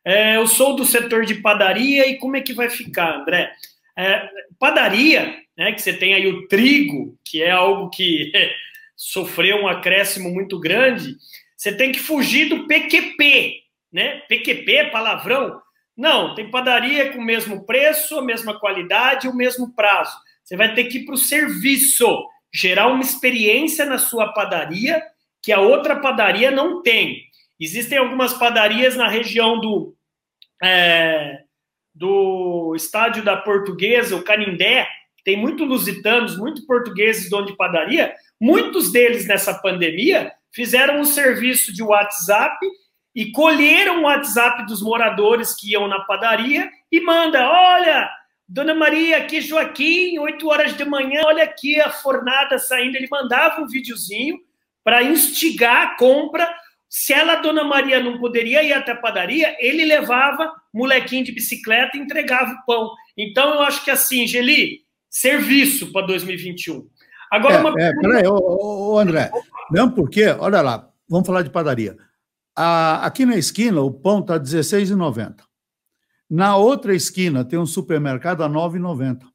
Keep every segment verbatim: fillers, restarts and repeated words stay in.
É, eu sou do setor de padaria e como é que vai ficar, André? É, padaria, né, que você tem aí o trigo, que é algo que sofreu um acréscimo muito grande, você tem que fugir do P Q P, né? P Q P é palavrão? Não, tem padaria com o mesmo preço, a mesma qualidade, o mesmo prazo. Você vai ter que ir para o serviço, gerar uma experiência na sua padaria que a outra padaria não tem. Existem algumas padarias na região do, é, do estádio da Portuguesa, o Canindé, tem muitos lusitanos, muitos portugueses dono de padaria, muitos deles nessa pandemia fizeram um serviço de WhatsApp e colheram o WhatsApp dos moradores que iam na padaria e manda, olha, Dona Maria, aqui Joaquim, oito horas de manhã, olha aqui a fornada saindo. Ele mandava um videozinho para instigar a compra. Se ela, Dona Maria, não poderia ir até a padaria, ele levava molequinho de bicicleta e entregava o pão. Então, eu acho que assim, Geli, serviço para dois mil e vinte e um. Agora, é, uma é, peraí, ô, ô, André, mesmo porque, olha lá, vamos falar de padaria. A, aqui na esquina, o pão está dezesseis reais e noventa centavos. Na outra esquina, tem um supermercado a nove reais e noventa centavos.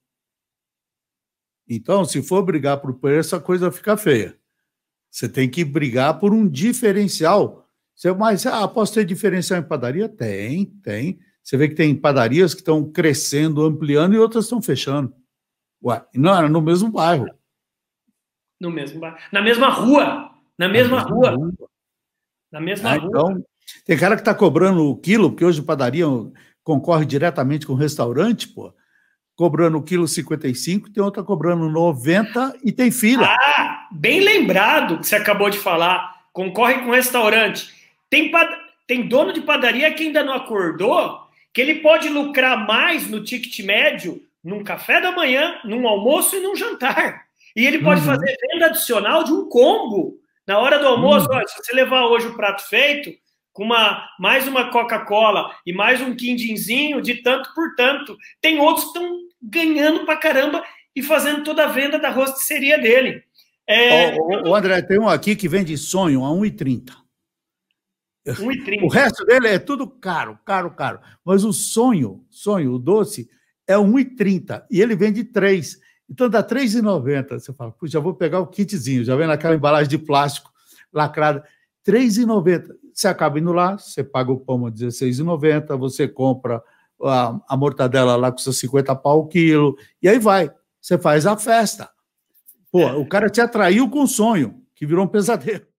Então, se for brigar por preço, a coisa fica feia. Você tem que brigar por um diferencial. Você, mas, ah, posso ter diferencial em padaria? Tem, tem. Você vê que tem padarias que estão crescendo, ampliando, e outras estão fechando. Ué, não era no mesmo bairro. No mesmo bairro. Na mesma rua. Na mesma, na mesma rua. rua. Na mesma ah, rua. Então, tem cara que está cobrando o quilo, porque hoje padaria concorre diretamente com o restaurante, pô, cobrando o quilo cinquenta e cinco, tem outra cobrando noventa e tem fila. Ah, bem lembrado que você acabou de falar. Concorre com o restaurante. Tem, pad... tem dono de padaria que ainda não acordou, que ele pode lucrar mais no ticket médio num café da manhã, num almoço e num jantar. E ele pode uhum. fazer venda adicional de um combo. Na hora do almoço, uhum. olha, se você levar hoje o prato feito, com uma, mais uma Coca-Cola e mais um quindinzinho de tanto por tanto, tem outros que estão ganhando pra caramba e fazendo toda a venda da rosticeria dele. É... O, o André, tem um aqui que vende sonho a um real e trinta centavos. um real e trinta O resto dele é tudo caro, caro, caro. Mas o sonho, sonho, o doce, é um real e trinta centavos e ele vende três. Então dá três reais e noventa centavos. Você fala, puxa, já vou pegar o kitzinho, já vem naquela embalagem de plástico lacrada. três reais e noventa centavos. Você acaba indo lá, você paga o pão a dezesseis reais e noventa centavos, você compra a, a mortadela lá com seus cinquenta pau o quilo, e aí vai. Você faz a festa. Pô, o cara te atraiu com o sonho, que virou um pesadelo.